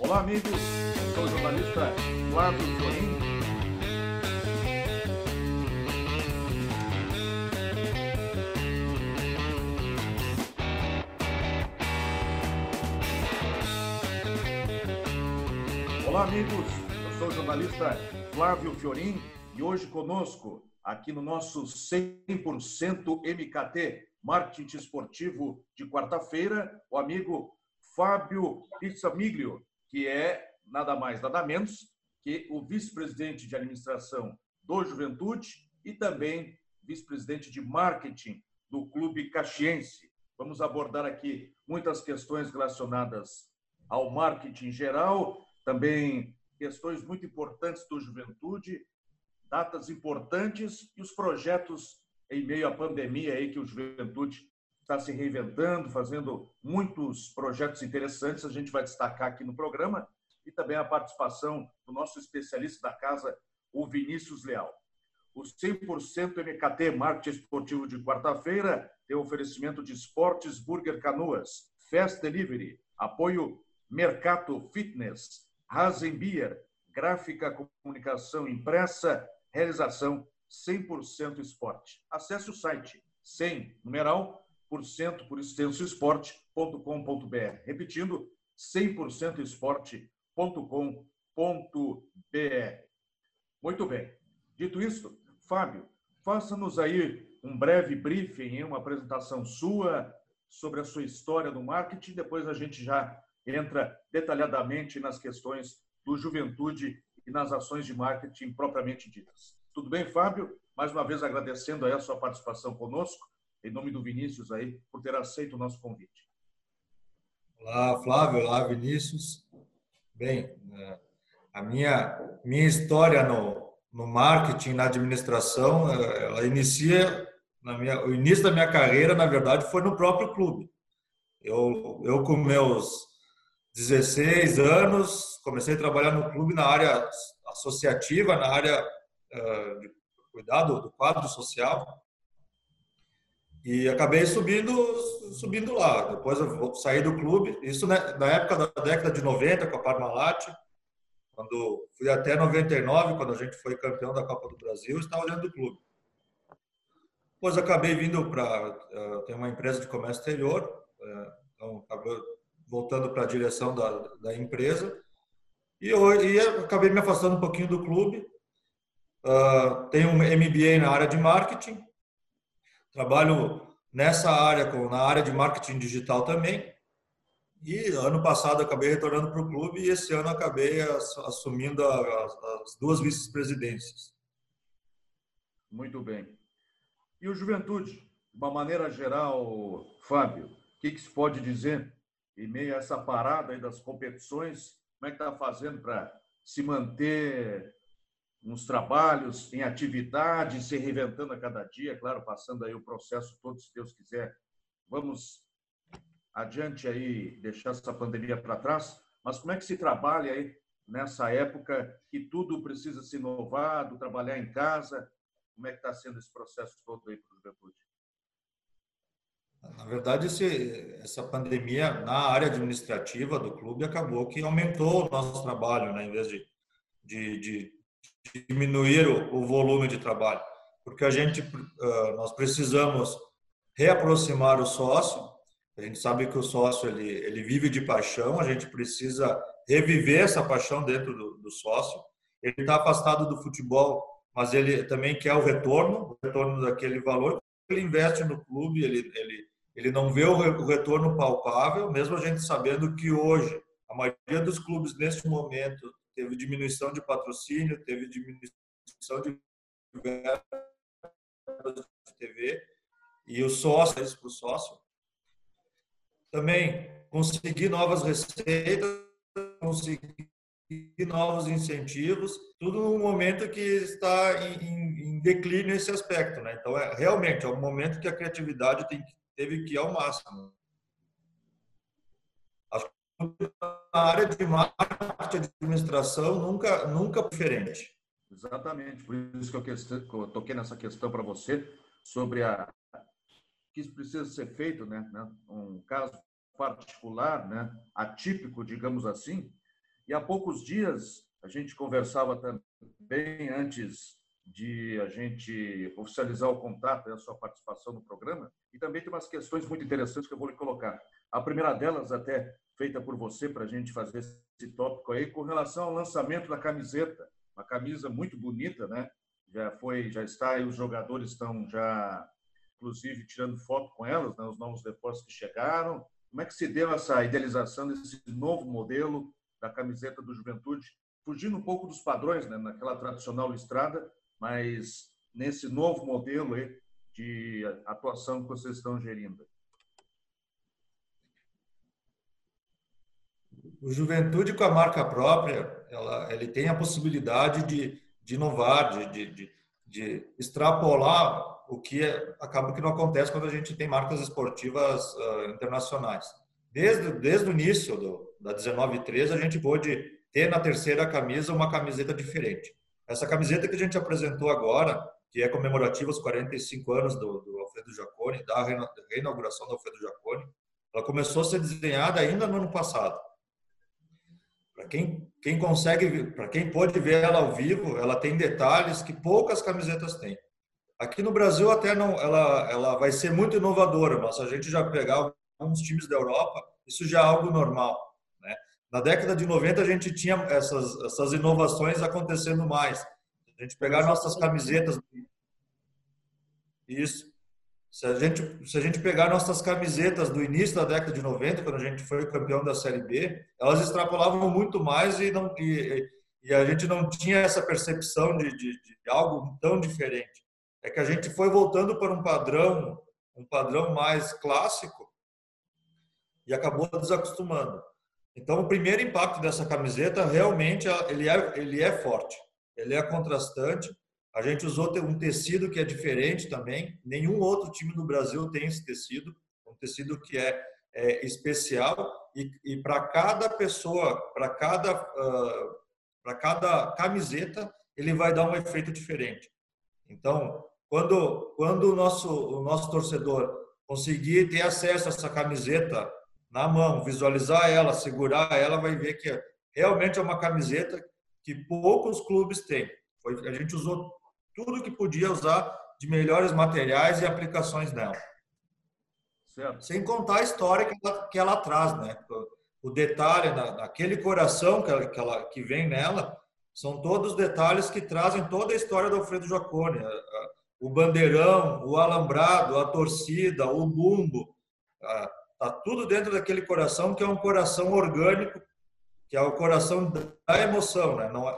Olá, amigos. Eu sou o jornalista Flávio Fiorin. Olá, amigos. Eu sou o jornalista Flávio Fiorin e hoje conosco, aqui no nosso 100% MKT, Marketing Esportivo de quarta-feira, o amigo Fábio Pizzamiglio, que é nada mais, nada menos que o vice-presidente de administração do Juventude e também vice-presidente de marketing do Clube Caxiense. Vamos abordar aqui muitas questões relacionadas ao marketing geral, também questões muito importantes do Juventude, datas importantes e os projetos em meio à pandemia aí que o Juventude está se reinventando, fazendo muitos projetos interessantes. A gente vai destacar aqui no programa e também a participação do nosso especialista da casa, o Vinícius Leal. O 100% MKT Marketing Esportivo de quarta-feira tem oferecimento de Esportes Burger Canoas, Fast Delivery, apoio Mercato Fitness, Rasenbier, Gráfica Comunicação Impressa, realização 100% Esporte. Acesse o site 100, numeral, por extenso esporte.com.br. Repetindo, 100% esporte.com.br. Muito bem. Dito isso, Fábio, faça-nos aí um breve briefing, uma apresentação sua sobre a sua história no marketing. Depois a gente já entra detalhadamente nas questões do Juventude e nas ações de marketing propriamente ditas. Tudo bem, Fábio? Mais uma vez agradecendo aí a sua participação conosco, em nome do Vinícius aí, por ter aceito o nosso convite. Olá, Flávio. Olá, Vinícius. Bem, a minha história no marketing, na administração, ela inicia, o início da minha carreira, na verdade, foi no próprio clube. Eu com meus 16 anos, comecei a trabalhar no clube na área associativa, na área de cuidado do quadro social, e acabei subindo lá. Depois eu saí do clube, isso na época da década de 90, com a Parmalat, quando fui até 99, quando a gente foi campeão da Copa do Brasil, estava dentro do clube. Depois acabei vindo para... Tem uma empresa de comércio exterior, então acabei voltando para a direção da empresa, e acabei me afastando um pouquinho do clube. Tenho um MBA na área de marketing, trabalho nessa área, na área de marketing digital também. E ano passado acabei retornando para o clube e esse ano acabei assumindo as duas vice-presidências. Muito bem. E o Juventude, de uma maneira geral, Fábio, o que se pode dizer em meio a essa parada aí das competições? Como é que está fazendo para se manter nos trabalhos, em atividade, se reinventando a cada dia, claro, passando aí o processo todo, se Deus quiser. Vamos adiante aí, deixar essa pandemia para trás, mas como é que se trabalha aí nessa época que tudo precisa ser inovado, trabalhar em casa? Como é que está sendo esse processo todo aí para o Juventude? Na verdade, essa pandemia na área administrativa do clube acabou que aumentou o nosso trabalho, né, em vez de diminuir o volume de trabalho, porque nós precisamos reaproximar o sócio. A gente sabe que o sócio ele vive de paixão, a gente precisa reviver essa paixão dentro do sócio. Ele está afastado do futebol, mas ele também quer o retorno daquele valor que ele investe no clube. Ele não vê o retorno palpável, mesmo a gente sabendo que hoje a maioria dos clubes neste momento teve diminuição de patrocínio, teve diminuição de verbas de TV, e o sócio, isso para o sócio, também conseguir novas receitas, conseguir novos incentivos, tudo num momento que está em declínio esse aspecto, né? Então, realmente, é um momento que a criatividade teve que ir ao máximo. Acho que na área de marketing e administração nunca diferente. Exatamente, por isso que eu toquei nessa questão para você sobre que precisa ser feito, né? Um caso particular, né? Atípico, digamos assim, E há poucos dias a gente conversava também antes de a gente oficializar o contato e a sua participação no programa, e também tem umas questões muito interessantes que eu vou lhe colocar. A primeira delas, até feita por você, para a gente fazer esse tópico aí, com relação ao lançamento da camiseta, uma camisa muito bonita, né? Já está aí, os jogadores estão já, inclusive, tirando foto com elas, né? Os novos reforços que chegaram. Como é que se deu essa idealização desse novo modelo da camiseta do Juventude, fugindo um pouco dos padrões, né? Naquela tradicional listrada, mas nesse novo modelo aí de atuação que vocês estão gerindo? O Juventude com a marca própria, ele tem a possibilidade de inovar, de extrapolar o que acaba que não acontece quando a gente tem marcas esportivas internacionais. Desde o início da 1913, a gente pôde ter na terceira camisa uma camiseta diferente. Essa camiseta que a gente apresentou agora, que é comemorativa aos 45 anos do Alfredo Jaconi, da reinauguração do Alfredo Jaconi, ela começou a ser desenhada ainda no ano passado. Para quem consegue, para quem pode ver ela ao vivo, ela tem detalhes que poucas camisetas têm. Aqui no Brasil até não, ela vai ser muito inovadora, mas se a gente já pegar alguns times da Europa, isso já é algo normal, né? Na década de 90 a gente tinha essas inovações acontecendo mais. A gente pegar nossas camisetas, isso. Se a gente pegar nossas camisetas do início da década de 90, quando a gente foi campeão da Série B, elas extrapolavam muito mais e a gente não tinha essa percepção de algo tão diferente. É que a gente foi voltando para um padrão mais clássico e acabou desacostumando. Então, o primeiro impacto dessa camiseta, realmente, ele é forte, ele é contrastante. A gente usou um tecido que é diferente também. Nenhum outro time do Brasil tem esse tecido. Um tecido que é especial e para cada pessoa, para cada camiseta, ele vai dar um efeito diferente. Então, quando o nosso torcedor conseguir ter acesso a essa camiseta na mão, visualizar ela, segurar ela, vai ver que realmente é uma camiseta que poucos clubes têm. A gente usou tudo que podia usar de melhores materiais e aplicações nela. Certo. Sem contar a história que ela traz, né? O detalhe, naquele coração que vem nela, são todos detalhes que trazem toda a história do Alfredo Jaconi. O bandeirão, o alambrado, a torcida, o bumbo. Está tudo dentro daquele coração que é um coração orgânico, que é o coração da emoção, né? Não,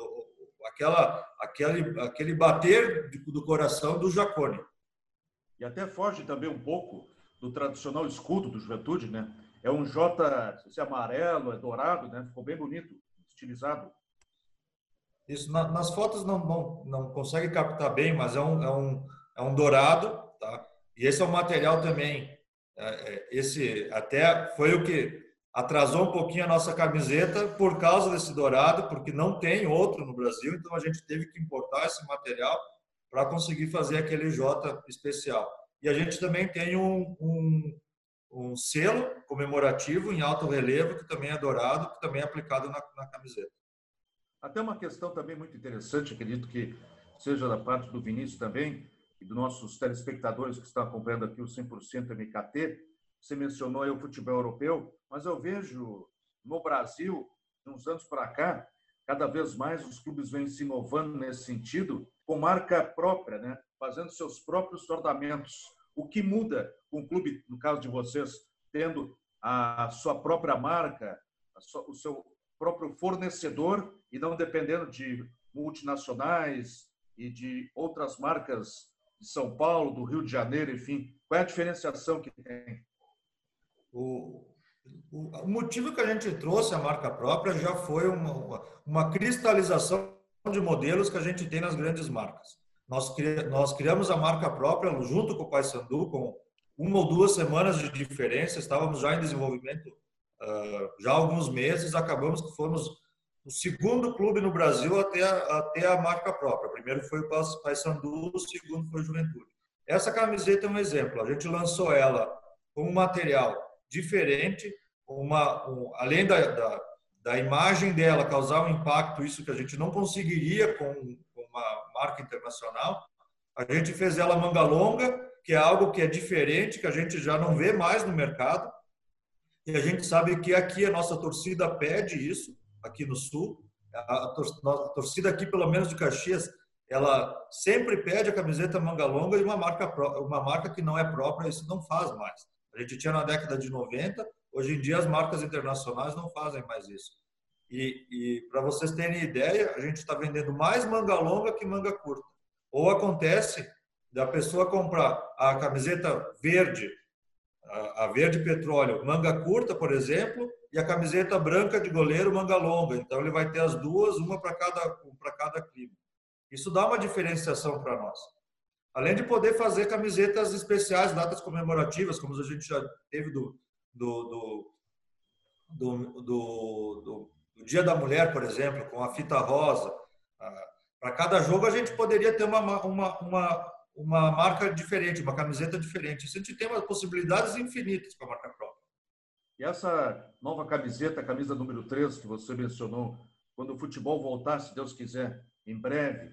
aquele bater do coração do Jaconi. E até foge também um pouco do tradicional escudo do Juventude, né? É um J, esse amarelo, é dourado, né? Ficou bem bonito, estilizado. Isso, nas fotos não consegue captar bem, mas é um dourado, tá? E esse é um material também, esse até foi o que atrasou um pouquinho a nossa camiseta por causa desse dourado, porque não tem outro no Brasil, então a gente teve que importar esse material para conseguir fazer aquele J especial. E a gente também tem um selo comemorativo em alto relevo, que também é dourado, que também é aplicado na camiseta. Até uma questão também muito interessante, acredito que seja da parte do Vinícius também, e dos nossos telespectadores que estão acompanhando aqui o 100% MKT. Você mencionou aí o futebol europeu, mas eu vejo no Brasil, de uns anos para cá, cada vez mais os clubes vêm se inovando nesse sentido, com marca própria, né? Fazendo seus próprios ornamentos. O que muda com o clube, no caso de vocês, tendo a sua própria marca, o seu próprio fornecedor e não dependendo de multinacionais e de outras marcas de São Paulo, do Rio de Janeiro, enfim. Qual é a diferenciação que tem? O motivo que a gente trouxe a marca própria já foi uma cristalização de modelos que a gente tem nas grandes marcas. Nós criamos a marca própria junto com o Paysandu, com 1 ou 2 semanas de diferença, estávamos já em desenvolvimento já há alguns meses, acabamos que fomos o segundo clube no Brasil a ter a marca própria. O primeiro foi o Paysandu, o segundo foi o Juventude. Essa camiseta é um exemplo, a gente lançou ela com um material diferente, além da imagem dela causar um impacto, isso que a gente não conseguiria com uma marca internacional, a gente fez ela manga longa, que é algo que é diferente, que a gente já não vê mais no mercado. E a gente sabe que aqui a nossa torcida pede isso, aqui no Sul. A torcida aqui, pelo menos de Caxias, ela sempre pede a camiseta manga longa e uma marca que não é própria, isso não faz mais. A gente tinha na década de 90, hoje em dia as marcas internacionais não fazem mais isso. E para vocês terem ideia, a gente está vendendo mais manga longa que manga curta. Ou acontece da pessoa comprar a camiseta verde, a verde petróleo, manga curta, por exemplo, e a camiseta branca de goleiro, manga longa. Então ele vai ter as duas, uma para cada clima. Isso dá uma diferenciação para nós. Além de poder fazer camisetas especiais, datas comemorativas, como a gente já teve do Dia da Mulher, por exemplo, com a fita rosa. Para cada jogo a gente poderia ter uma marca diferente, uma camiseta diferente. Isso a gente tem umas possibilidades infinitas com a marca própria. E essa nova camiseta, a camisa número 3, que você mencionou, quando o futebol voltar, se Deus quiser, em breve,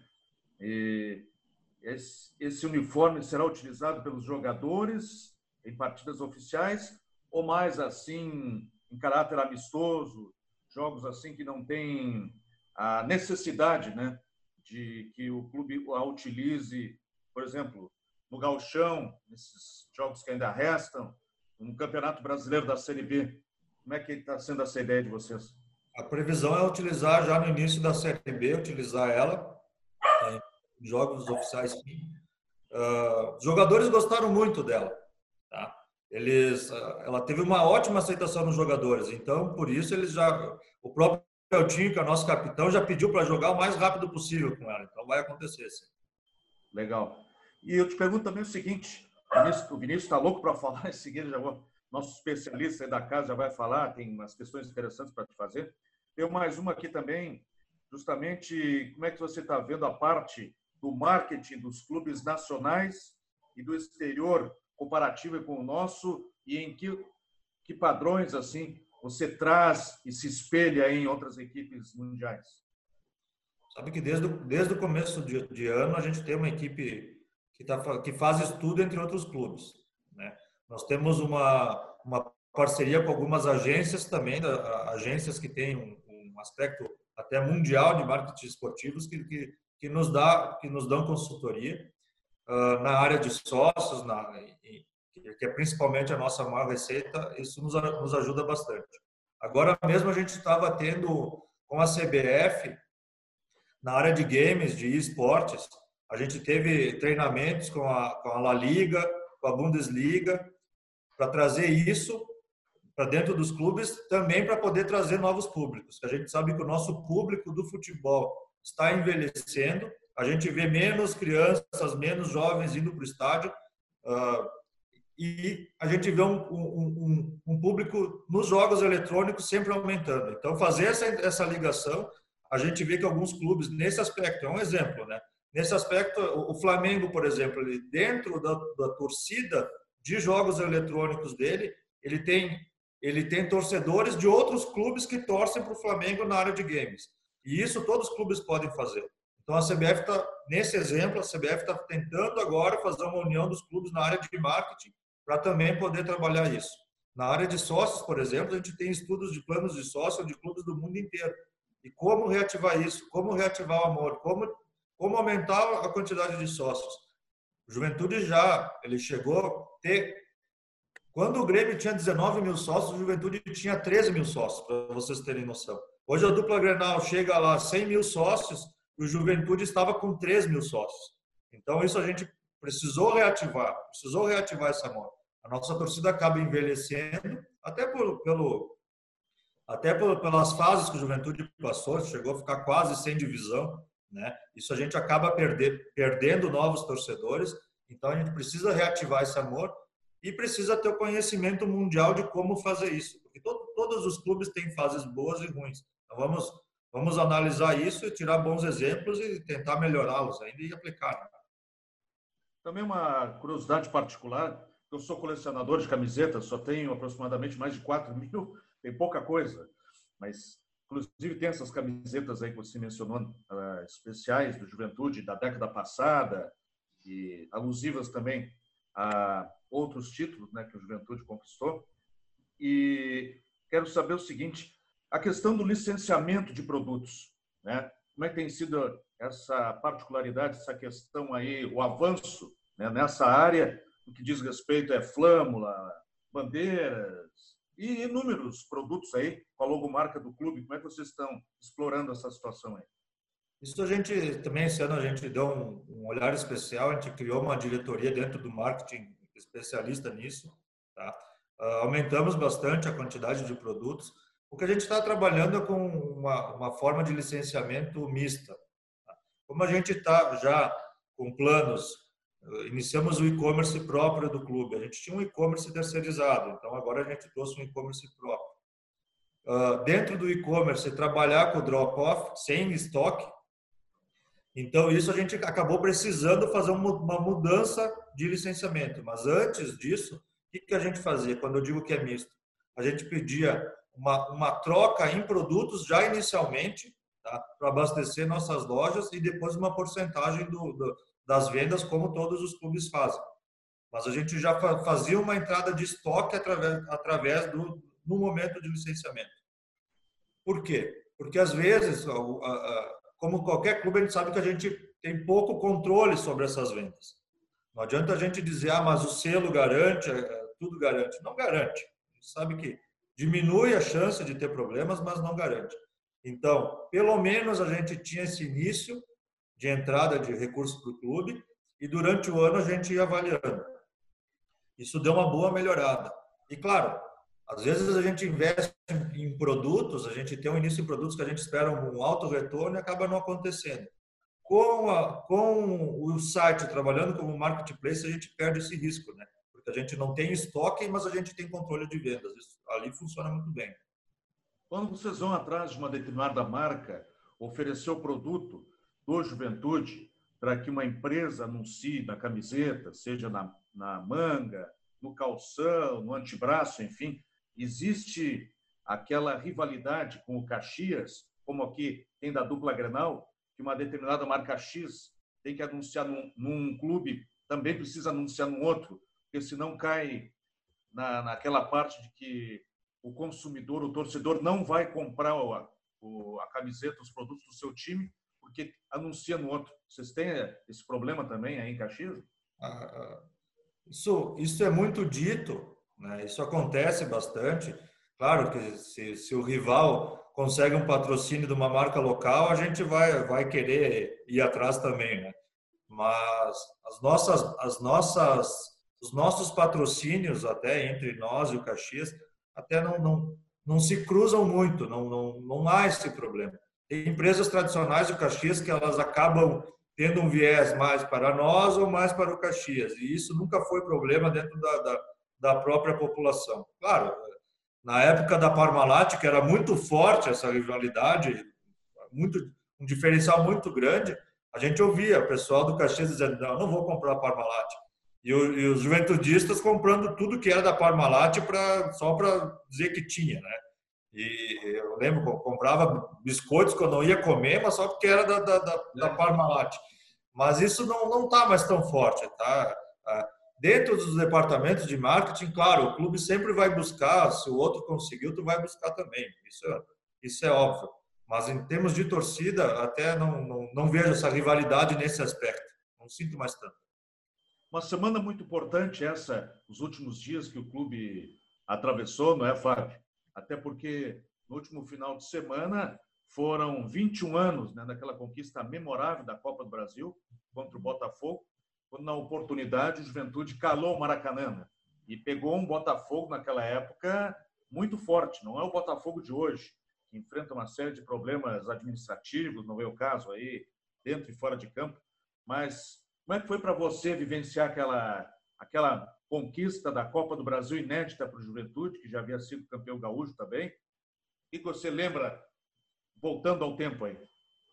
esse uniforme será utilizado pelos jogadores em partidas oficiais ou mais assim, em caráter amistoso, jogos assim que não tem a necessidade, né, de que o clube a utilize, por exemplo, no Gauchão, nesses jogos que ainda restam, no Campeonato Brasileiro da Série B. Como é que está sendo essa ideia de vocês? A previsão é utilizar já no início da Série B, utilizar ela em jogos oficiais. Os jogadores gostaram muito dela. Tá? Ela teve uma ótima aceitação nos jogadores, então por isso o próprio Eltinho, que é o nosso capitão, já pediu para jogar o mais rápido possível com ela. Então vai acontecer, sim. Legal. E eu te pergunto também o seguinte, o Vinícius está louco para falar, em seguida nosso especialista aí da casa já vai falar, tem umas questões interessantes para te fazer. Tem mais uma aqui também, justamente como é que você está vendo a parte do marketing dos clubes nacionais e do exterior comparativo com o nosso e em que padrões assim você traz e se espelha em outras equipes mundiais? Sabe que desde o começo de ano a gente tem uma equipe que faz estudo entre outros clubes, né? Nós temos uma parceria com algumas agências também, agências que têm um aspecto até mundial de marketing esportivos que nos dão consultoria na área de sócios, que é principalmente a nossa maior receita. Isso nos ajuda bastante. Agora mesmo a gente estava tendo com a CBF na área de games, de esportes, a gente teve treinamentos com a La Liga, com a Bundesliga, para trazer isso para dentro dos clubes, também para poder trazer novos públicos. A gente sabe que o nosso público do futebol está envelhecendo, a gente vê menos crianças, menos jovens indo para o estádio, e a gente vê um público nos jogos eletrônicos sempre aumentando. Então, fazer essa ligação, a gente vê que alguns clubes, nesse aspecto, é um exemplo, né? Nesse aspecto, o Flamengo, por exemplo, dentro da torcida de jogos eletrônicos dele, ele tem torcedores de outros clubes que torcem para o Flamengo na área de games. E isso todos os clubes podem fazer. Então, a CBF está, nesse exemplo, a CBF está tentando agora fazer uma união dos clubes na área de marketing para também poder trabalhar isso. Na área de sócios, por exemplo, a gente tem estudos de planos de sócio de clubes do mundo inteiro. E como reativar isso, como reativar o amor, como aumentar a quantidade de sócios. O Juventude ele chegou a ter... Quando o Grêmio tinha 19 mil sócios, o Juventude tinha 13 mil sócios, para vocês terem noção. Hoje a dupla Grenal chega lá a 100 mil sócios e o Juventude estava com 3 mil sócios. Então isso a gente precisou reativar esse amor. A nossa torcida acaba envelhecendo, até pelas fases que o Juventude passou, chegou a ficar quase sem divisão, né? Isso a gente acaba perdendo novos torcedores, então a gente precisa reativar esse amor e precisa ter o conhecimento mundial de como fazer isso, porque todos os clubes têm fases boas e ruins. Então vamos analisar isso e tirar bons exemplos e tentar melhorá-los ainda e aplicar. Também uma curiosidade particular, eu sou colecionador de camisetas, só tenho aproximadamente mais de 4 mil, tem pouca coisa, mas Inclusive tem essas camisetas aí que você mencionou, especiais do Juventude da década passada e alusivas também a outros títulos, né, que o Juventude conquistou. E quero saber o seguinte, a questão do licenciamento de produtos, né? Como é que tem sido essa particularidade, essa questão aí, o avanço, né, nessa área, no que diz respeito a flâmula, bandeiras e inúmeros produtos aí com a logomarca do clube. Como é que vocês estão explorando essa situação aí? Isso a gente também, esse ano, a gente deu um olhar especial, a gente criou uma diretoria dentro do marketing especialista nisso, tá? Aumentamos bastante a quantidade de produtos. O que a gente está trabalhando é com uma forma de licenciamento mista. Tá? Como a gente está já com planos, iniciamos o e-commerce próprio do clube. A gente tinha um e-commerce terceirizado, então agora a gente trouxe um e-commerce próprio. Dentro do e-commerce, trabalhar com o drop-off, sem estoque. Então, isso a gente acabou precisando fazer uma mudança de licenciamento. Mas antes disso, o que a gente fazia? Quando eu digo que é misto, a gente pedia uma troca em produtos já inicialmente, tá? Para abastecer nossas lojas e depois uma porcentagem das vendas, como todos os clubes fazem. Mas a gente já fazia uma entrada de estoque através no momento de licenciamento. Por quê? Porque às vezes, como qualquer clube, a gente sabe que a gente tem pouco controle sobre essas vendas. Não adianta a gente dizer, mas o selo garante, tudo garante. Não garante. A gente sabe que diminui a chance de ter problemas, mas não garante. Então, pelo menos a gente tinha esse início de entrada de recursos para o clube e durante o ano a gente ia avaliando. Isso deu uma boa melhorada. E claro, às vezes a gente investe em produtos, a gente tem um início em produtos que a gente espera um alto retorno e acaba não acontecendo. Com o site trabalhando como marketplace, a gente perde esse risco, né? Porque a gente não tem estoque, mas a gente tem controle de vendas. Isso ali funciona muito bem. Quando vocês vão atrás de uma determinada marca, oferecer o produto do Juventude para que uma empresa anuncie na camiseta, seja na manga, no calção, no antebraço, enfim, existe aquela rivalidade com o Caxias, como aqui tem da dupla Grenal, que uma determinada marca X tem que anunciar num clube, também precisa anunciar num outro, porque senão cai naquela parte de que o consumidor, o torcedor, não vai comprar a camiseta, os produtos do seu time, porque anuncia no outro. Vocês têm esse problema também aí em Caxias? Isso é muito dito, né? Isso acontece bastante. Claro que se o rival consegue um patrocínio de uma marca local, a gente vai querer ir atrás também, né? Mas os nossos patrocínios até entre nós e o Caxias até não se cruzam muito, não há esse problema. Tem empresas tradicionais do Caxias que elas acabam tendo um viés mais para nós ou mais para o Caxias, e isso nunca foi problema dentro da própria população. Claro, na época da Parmalat, que era muito forte essa rivalidade, um diferencial muito grande, a gente ouvia o pessoal do Caxias dizendo, não vou comprar a Parmalat. E os juventudistas comprando tudo que era da Parmalat só para dizer que tinha, né? E eu lembro que eu comprava biscoitos que eu não ia comer, mas só porque era da Parmalat. Mas isso não está mais tão forte, tá? Dentro dos departamentos de marketing, claro, o clube sempre vai buscar, se o outro conseguiu, tu vai buscar também. Isso é óbvio. Mas em termos de torcida, até não vejo essa rivalidade nesse aspecto. Não sinto mais tanto. Uma semana muito importante os últimos dias que o clube atravessou, não é, Fábio? Até porque no último final de semana foram 21 anos, né, daquela conquista memorável da Copa do Brasil contra o Botafogo, quando na oportunidade o Juventude calou o Maracanã, né, e pegou um Botafogo naquela época muito forte. Não é o Botafogo de hoje, que enfrenta uma série de problemas administrativos, não é o caso aí, dentro e fora de campo, mas como é que foi para você vivenciar aquela conquista da Copa do Brasil inédita para o Juventude, que já havia sido campeão gaúcho também? O que você lembra, voltando ao tempo aí?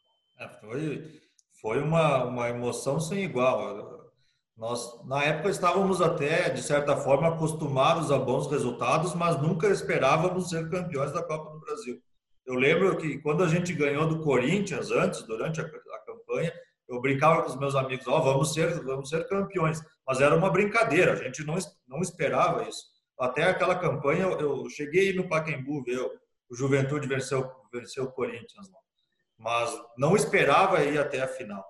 Foi uma emoção sem igual. Nós, na época, estávamos até, de certa forma, acostumados a bons resultados, mas nunca esperávamos ser campeões da Copa do Brasil. Eu lembro que quando a gente ganhou do Corinthians antes, durante a campanha, eu brincava com os meus amigos, vamos ser campeões. Mas era uma brincadeira, a gente não esperava isso. Até aquela campanha, eu cheguei no Pacaembu ver o Juventude venceu o Corinthians lá. Mas não esperava ir até a final.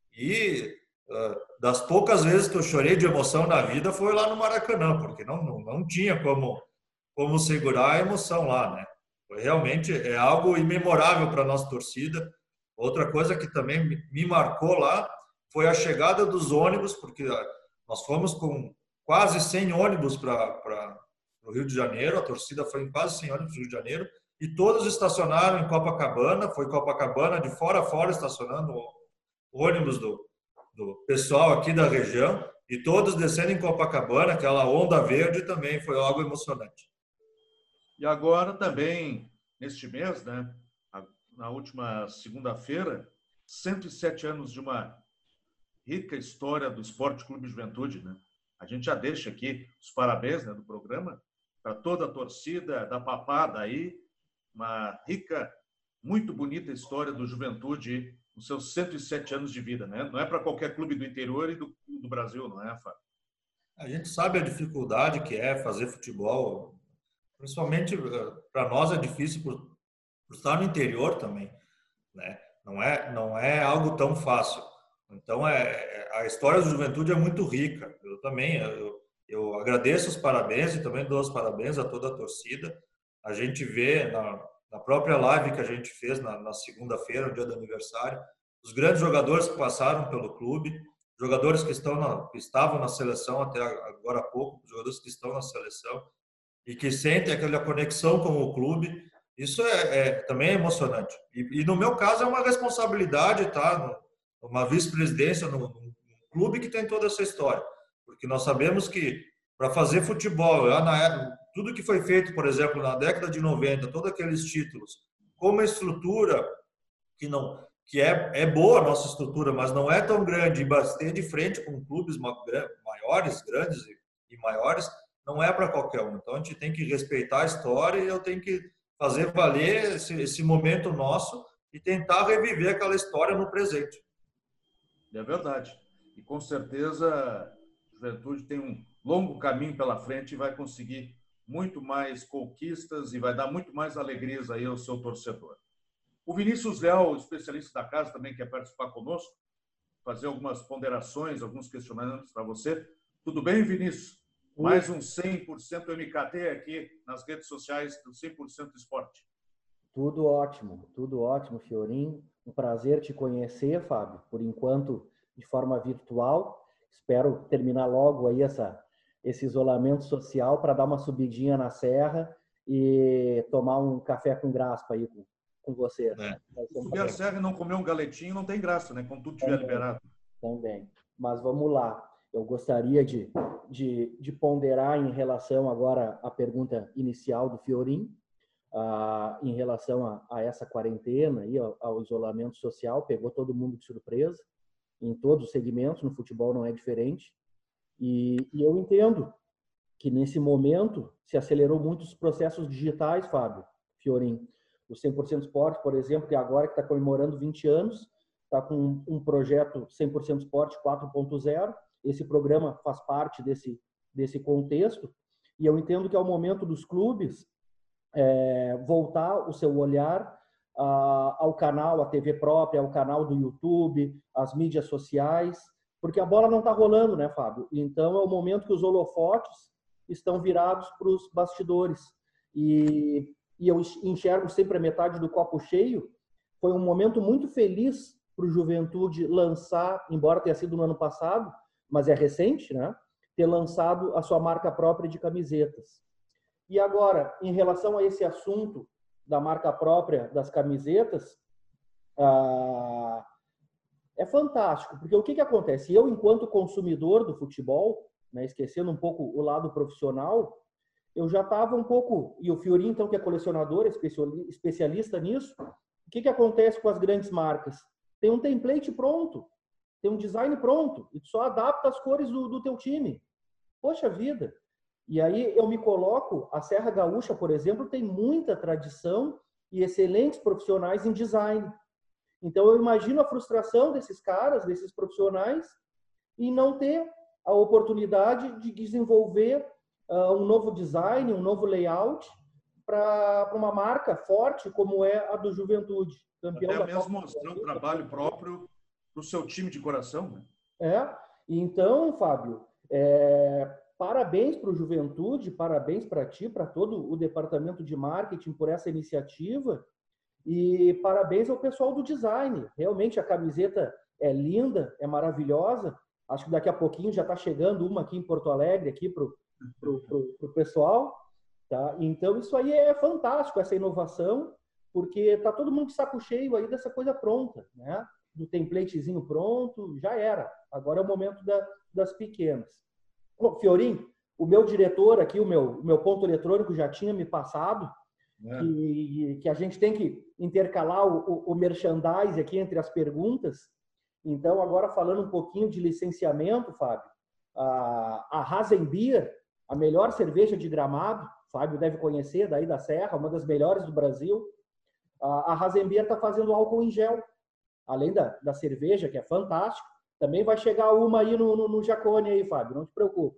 E das poucas vezes que eu chorei de emoção na vida foi lá no Maracanã, porque não tinha como segurar a emoção lá, né? Realmente é algo imemorável para a nossa torcida. Outra coisa que também me marcou lá foi a chegada dos ônibus, porque nós fomos com quase 100 ônibus para o Rio de Janeiro, a torcida foi em quase 100 ônibus no Rio de Janeiro, e todos estacionaram em Copacabana, foi Copacabana de fora a fora estacionando o ônibus do pessoal aqui da região, e todos descendo em Copacabana, aquela onda verde também foi algo emocionante. E agora também, neste mês, né, na última segunda-feira, 107 anos de uma rica história do Esporte Clube Juventude, né? A gente já deixa aqui os parabéns, né, do programa para toda a torcida da Papada aí, uma rica, muito bonita história do Juventude nos seus 107 anos de vida, né? Não é para qualquer clube do interior e do Brasil, não é, Fábio? A gente sabe a dificuldade que é fazer futebol, principalmente para nós é difícil por estar no interior também, né? Não é algo tão fácil. Então a história do Juventude é muito rica. Eu também eu agradeço os parabéns e também dou os parabéns a toda a torcida. A gente vê na própria live que a gente fez na segunda-feira, no dia do aniversário, os grandes jogadores que passaram pelo clube, jogadores que estavam na seleção até agora há pouco, jogadores que estão na seleção e que sentem aquela conexão com o clube. Isso também é emocionante. E no meu caso é uma responsabilidade estar numa vice-presidência num clube que tem toda essa história, porque nós sabemos que para fazer futebol, lá na época, tudo que foi feito, por exemplo, na década de 90, todos aqueles títulos, com uma estrutura que é boa a nossa estrutura, mas não é tão grande, e bater de frente com clubes maiores, grandes e maiores, não é para qualquer um. Então a gente tem que respeitar a história e eu tenho que fazer valer esse momento nosso e tentar reviver aquela história no presente. É verdade. E com certeza a Juventude tem um longo caminho pela frente e vai conseguir muito mais conquistas e vai dar muito mais alegrias aí ao seu torcedor. O Vinícius Leal, especialista da casa, também quer participar conosco, fazer algumas ponderações, alguns questionamentos para você. Tudo bem, Vinícius? Mais um 100% MKT aqui nas redes sociais do 100% Esporte. Tudo ótimo, Fiorim. Um prazer te conhecer, Fábio, por enquanto de forma virtual. Espero terminar logo aí esse isolamento social para dar uma subidinha na serra e tomar um café com graspa aí com você. Subir a serra e não comer um galetinho não tem graça, né? Quando tudo estiver liberado. Também. Mas vamos lá. Eu gostaria de ponderar em relação agora à pergunta inicial do Fiorim, em relação a essa quarentena e ao isolamento social. Pegou todo mundo de surpresa, em todos os segmentos, no futebol não é diferente. E eu entendo que nesse momento se acelerou muitos processos digitais, Fábio, Fiorim. O 100% Esporte, por exemplo, que agora que está comemorando 20 anos, está com um projeto 100% Esporte 4.0. Esse programa faz parte desse contexto. E eu entendo que é o momento dos clubes voltar o seu olhar ao canal, à TV própria, ao canal do YouTube, às mídias sociais, porque a bola não está rolando, né, Fábio? Então é o momento que os holofotes estão virados para os bastidores. E eu enxergo sempre a metade do copo cheio. Foi um momento muito feliz para o Juventude lançar, embora tenha sido no ano passado, mas é recente, né? Ter lançado a sua marca própria de camisetas. E agora, em relação a esse assunto da marca própria das camisetas, é fantástico, porque o que acontece? Eu, enquanto consumidor do futebol, né, esquecendo um pouco o lado profissional, eu já estava um pouco, e o Fiorim, então, que é colecionador, especialista nisso, o que acontece com as grandes marcas? Tem um template pronto, tem um design pronto, e tu só adapta as cores do teu time. Poxa vida! E aí eu me coloco, a Serra Gaúcha, por exemplo, tem muita tradição e excelentes profissionais em design. Então, eu imagino a frustração desses caras, desses profissionais, em não ter a oportunidade de desenvolver um novo design, um novo layout para uma marca forte como é a do Juventude. Campeão até mesmo mostrar um trabalho próprio para o seu time de coração. Né? Então, Fábio, parabéns para o Juventude, parabéns para ti, para todo o departamento de marketing por essa iniciativa e parabéns ao pessoal do design. Realmente a camiseta é linda, é maravilhosa. Acho que daqui a pouquinho já está chegando uma aqui em Porto Alegre aqui para o pessoal. Tá? Então isso aí é fantástico, essa inovação, porque está todo mundo de saco cheio aí dessa coisa pronta, né? Do templatezinho pronto, já era. Agora é o momento das pequenas. Bom, Fiorim, o meu diretor aqui, o meu ponto eletrônico já tinha me passado que a gente tem que intercalar o merchandise aqui entre as perguntas. Então, agora falando um pouquinho de licenciamento, Fábio, a Hasenbier, a melhor cerveja de Gramado, Fábio deve conhecer, daí da Serra, uma das melhores do Brasil. A Hasenbier está fazendo álcool em gel, além da cerveja, que é fantástico. Também vai chegar uma aí no Jacone aí, Fábio, não te preocupa.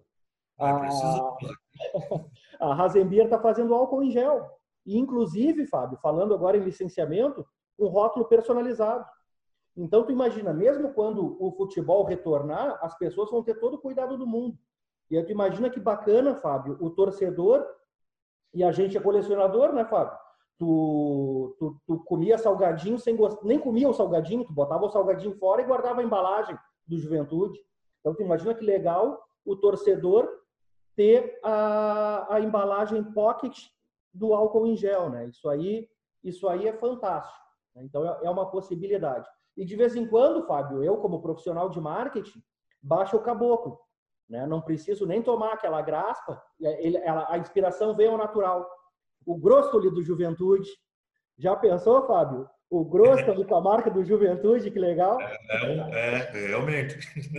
A Hasenbier está fazendo álcool em gel. E, inclusive, Fábio, falando agora em licenciamento, um rótulo personalizado. Então, tu imagina, mesmo quando o futebol retornar, as pessoas vão ter todo o cuidado do mundo. E aí tu imagina que bacana, Fábio, o torcedor, e a gente é colecionador, né, Fábio? Tu comia salgadinho sem gostar, nem comia o salgadinho, tu botava o salgadinho fora e guardava a embalagem do Juventude. Então, tu imagina que legal o torcedor ter a embalagem pocket do álcool em gel, né? Isso aí é fantástico. Né? Então, é uma possibilidade. E, de vez em quando, Fábio, eu, como profissional de marketing, baixo o caboclo. Né? Não preciso nem tomar aquela graspa, a inspiração vem ao natural. O Grostoli do Juventude. Já pensou, Fábio? O Grostoli com a marca do Juventude, que legal. Realmente.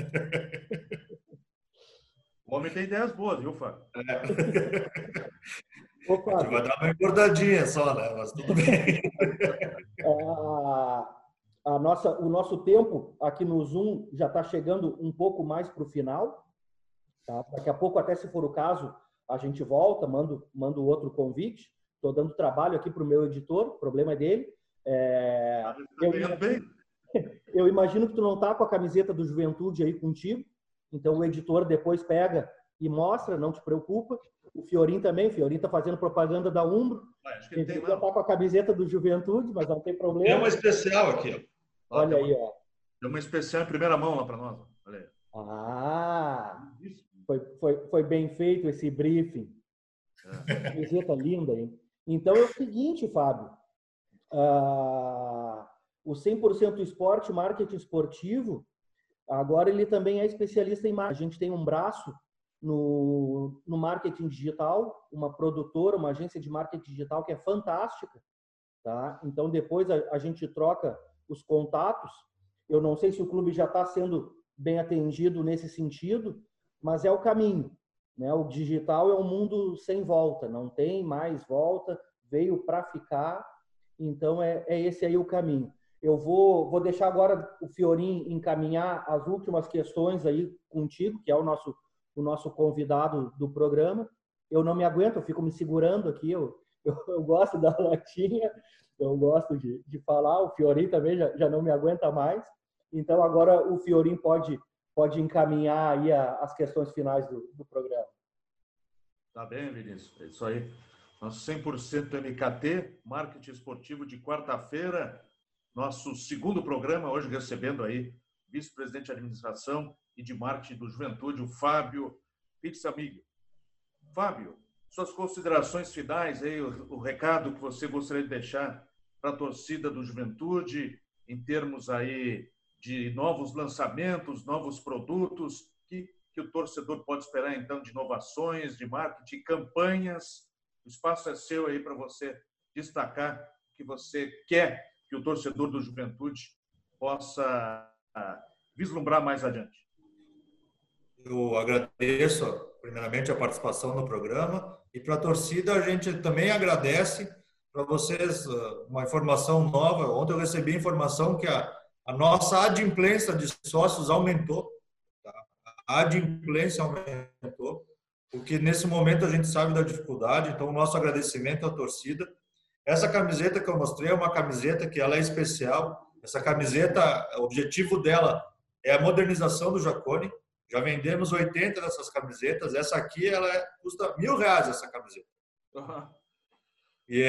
O homem tem ideias boas, viu, Fábio? Ô, Fábio, vai dar uma engordadinha só, né? Mas tudo bem. O nosso tempo aqui no Zoom já está chegando um pouco mais para o final. Tá? Daqui a pouco, até se for o caso, a gente volta, mando outro convite. Estou dando trabalho aqui para o meu editor, o problema é dele. Eu imagino que tu não está com a camiseta do Juventude aí contigo, então o editor depois pega e mostra, não te preocupa. O Fiorim também, o Fiorim está fazendo propaganda da Umbro. Acho que ele está com a camiseta do Juventude, mas não tem problema. Tem uma especial aqui. Olha aí, ó. Tem uma especial em primeira mão lá para nós. Olha aí. Foi bem feito esse briefing. Camiseta linda, hein? Então é o seguinte, Fábio. O 100% Esporte, marketing esportivo, agora ele também é especialista em marketing. A gente tem um braço no marketing digital, uma produtora, uma agência de marketing digital que é fantástica. Tá? Então, depois a gente troca os contatos. Eu não sei se o clube já está sendo bem atendido nesse sentido, mas é o caminho. Né? O digital é um mundo sem volta, não tem mais volta, veio para ficar, então é esse aí o caminho. Eu vou deixar agora o Fiorim encaminhar as últimas questões aí contigo, que é o nosso convidado do programa. Eu não me aguento, eu fico me segurando aqui, eu gosto da latinha, eu gosto de falar, o Fiorim também já não me aguenta mais, então agora o Fiorim pode encaminhar aí as questões finais do programa. Tá bem, Vinícius. É isso aí. Nosso 100% MKT, marketing esportivo de quarta-feira. Nosso segundo programa, hoje recebendo aí vice-presidente de administração e de marketing do Juventude, o Fábio Pizzamiglio. Fábio, suas considerações finais, aí, o recado que você gostaria de deixar para a torcida do Juventude, em termos aí de novos lançamentos, novos produtos, que o torcedor pode esperar, então, de inovações, de marketing, campanhas. O espaço é seu aí para você destacar o que você quer que o torcedor do Juventude possa vislumbrar mais adiante. Eu agradeço, primeiramente, a participação no programa. E para a torcida, a gente também agradece para vocês uma informação nova. Ontem eu recebi informação que a nossa adimplência de sócios aumentou. Tá? A adimplência aumentou, porque nesse momento a gente sabe da dificuldade, então o nosso agradecimento à torcida. Essa camiseta que eu mostrei é uma camiseta que ela é especial. Essa camiseta, o objetivo dela é a modernização do Jaconi. Já vendemos 80 dessas camisetas. Essa aqui, custa R$1.000 essa camiseta. Uhum. E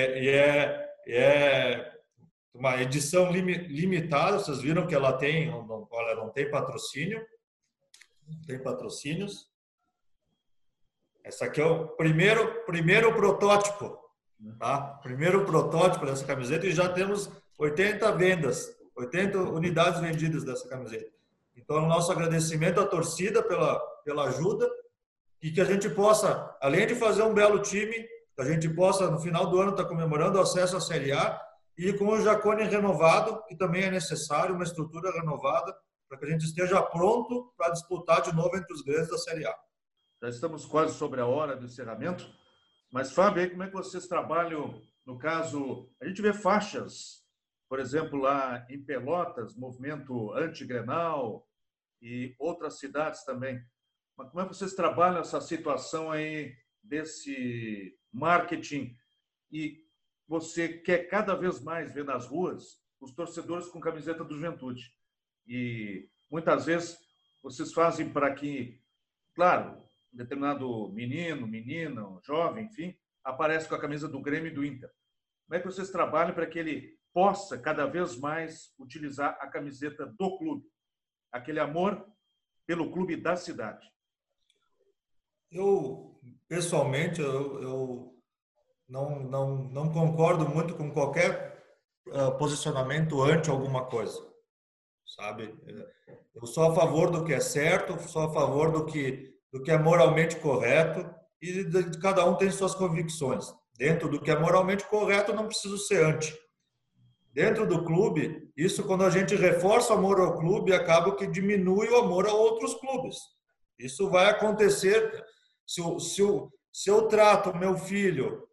é uma edição limitada. Vocês viram que ela tem, olha, não tem patrocínio. Não tem patrocínios. Essa aqui é o primeiro protótipo. Tá? Primeiro protótipo dessa camiseta e já temos 80 vendas, 80 unidades vendidas dessa camiseta. Então, nosso agradecimento à torcida pela ajuda e que a gente possa, além de fazer um belo time, a gente possa, no final do ano, estar comemorando o acesso à Série A e com o Jaconi renovado, que também é necessário, uma estrutura renovada, para que a gente esteja pronto para disputar de novo entre os grandes da Série A. Já estamos quase sobre a hora do encerramento. Mas, Fábio, aí como é que vocês trabalham, no caso, a gente vê faixas, por exemplo, lá em Pelotas, movimento anti-Grenal e outras cidades também. Mas como é que vocês trabalham essa situação aí desse marketing e você quer cada vez mais ver nas ruas os torcedores com camiseta do Juventude? E muitas vezes vocês fazem para que, claro, determinado menino, menina, jovem, enfim, aparece com a camisa do Grêmio e do Inter. Como é que vocês trabalham para que ele possa cada vez mais utilizar a camiseta do clube? Aquele amor pelo clube da cidade. Eu, pessoalmente, eu não concordo muito com qualquer posicionamento ante alguma coisa, sabe? Eu sou a favor do que é certo, sou a favor do que é moralmente correto e cada um tem suas convicções. Dentro do que é moralmente correto, não preciso ser anti. Dentro do clube, isso quando a gente reforça o amor ao clube, acaba que diminui o amor a outros clubes. Isso vai acontecer se eu trato meu filho...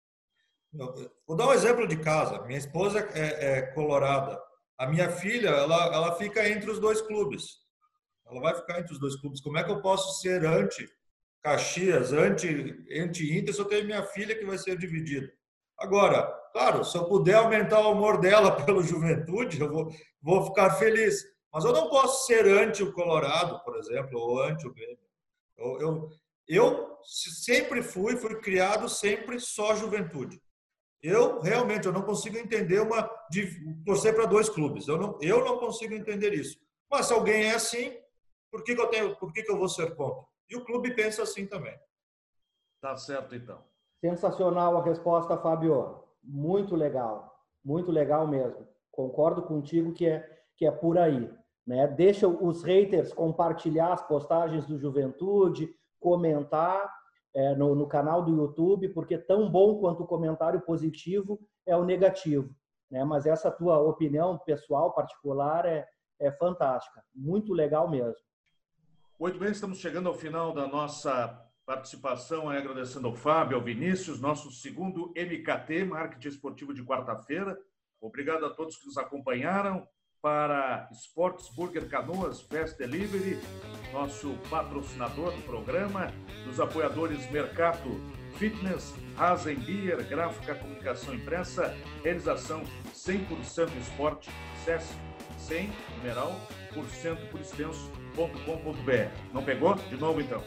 Vou dar um exemplo de casa. Minha esposa é colorada. A minha filha, ela fica entre os dois clubes. Ela vai ficar entre os dois clubes. Como é que eu posso ser anti-Caxias, anti-Inter, se eu tenho minha filha que vai ser dividida? Agora, claro, se eu puder aumentar o amor dela pelo Juventude, eu vou ficar feliz. Mas eu não posso ser anti o Colorado, por exemplo, ou anti o Grêmio. Eu sempre fui criado sempre só Juventude. Eu não consigo entender torcer para dois clubes. Eu não consigo entender isso. Mas se alguém é assim, por que eu vou ser contra? E o clube pensa assim também. Tá certo, então. Sensacional a resposta, Fábio. Muito legal mesmo. Concordo contigo que é por aí, né? Deixa os haters compartilhar as postagens do Juventude, comentar no canal do YouTube, porque tão bom quanto o comentário positivo é o negativo, né? Mas essa tua opinião pessoal, particular, é fantástica. Muito legal mesmo. Muito bem, estamos chegando ao final da nossa participação, agradecendo ao Fábio, ao Vinícius, nosso segundo MKT, Marketing Esportivo de quarta-feira. Obrigado a todos que nos acompanharam. Para Sports Burger Canoas, Fast Delivery, nosso patrocinador do programa, dos apoiadores Mercato Fitness, Rasen Beer, Gráfica Comunicação Impressa, realização 100% Esporte, acesse 100, numeral, %, por extenso.com.br. Não pegou? De novo, então.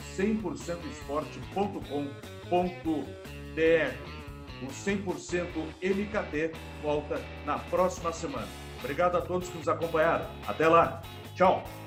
100%esporte.com.br. O 100% MKT volta na próxima semana. Obrigado a todos que nos acompanharam. Até lá. Tchau.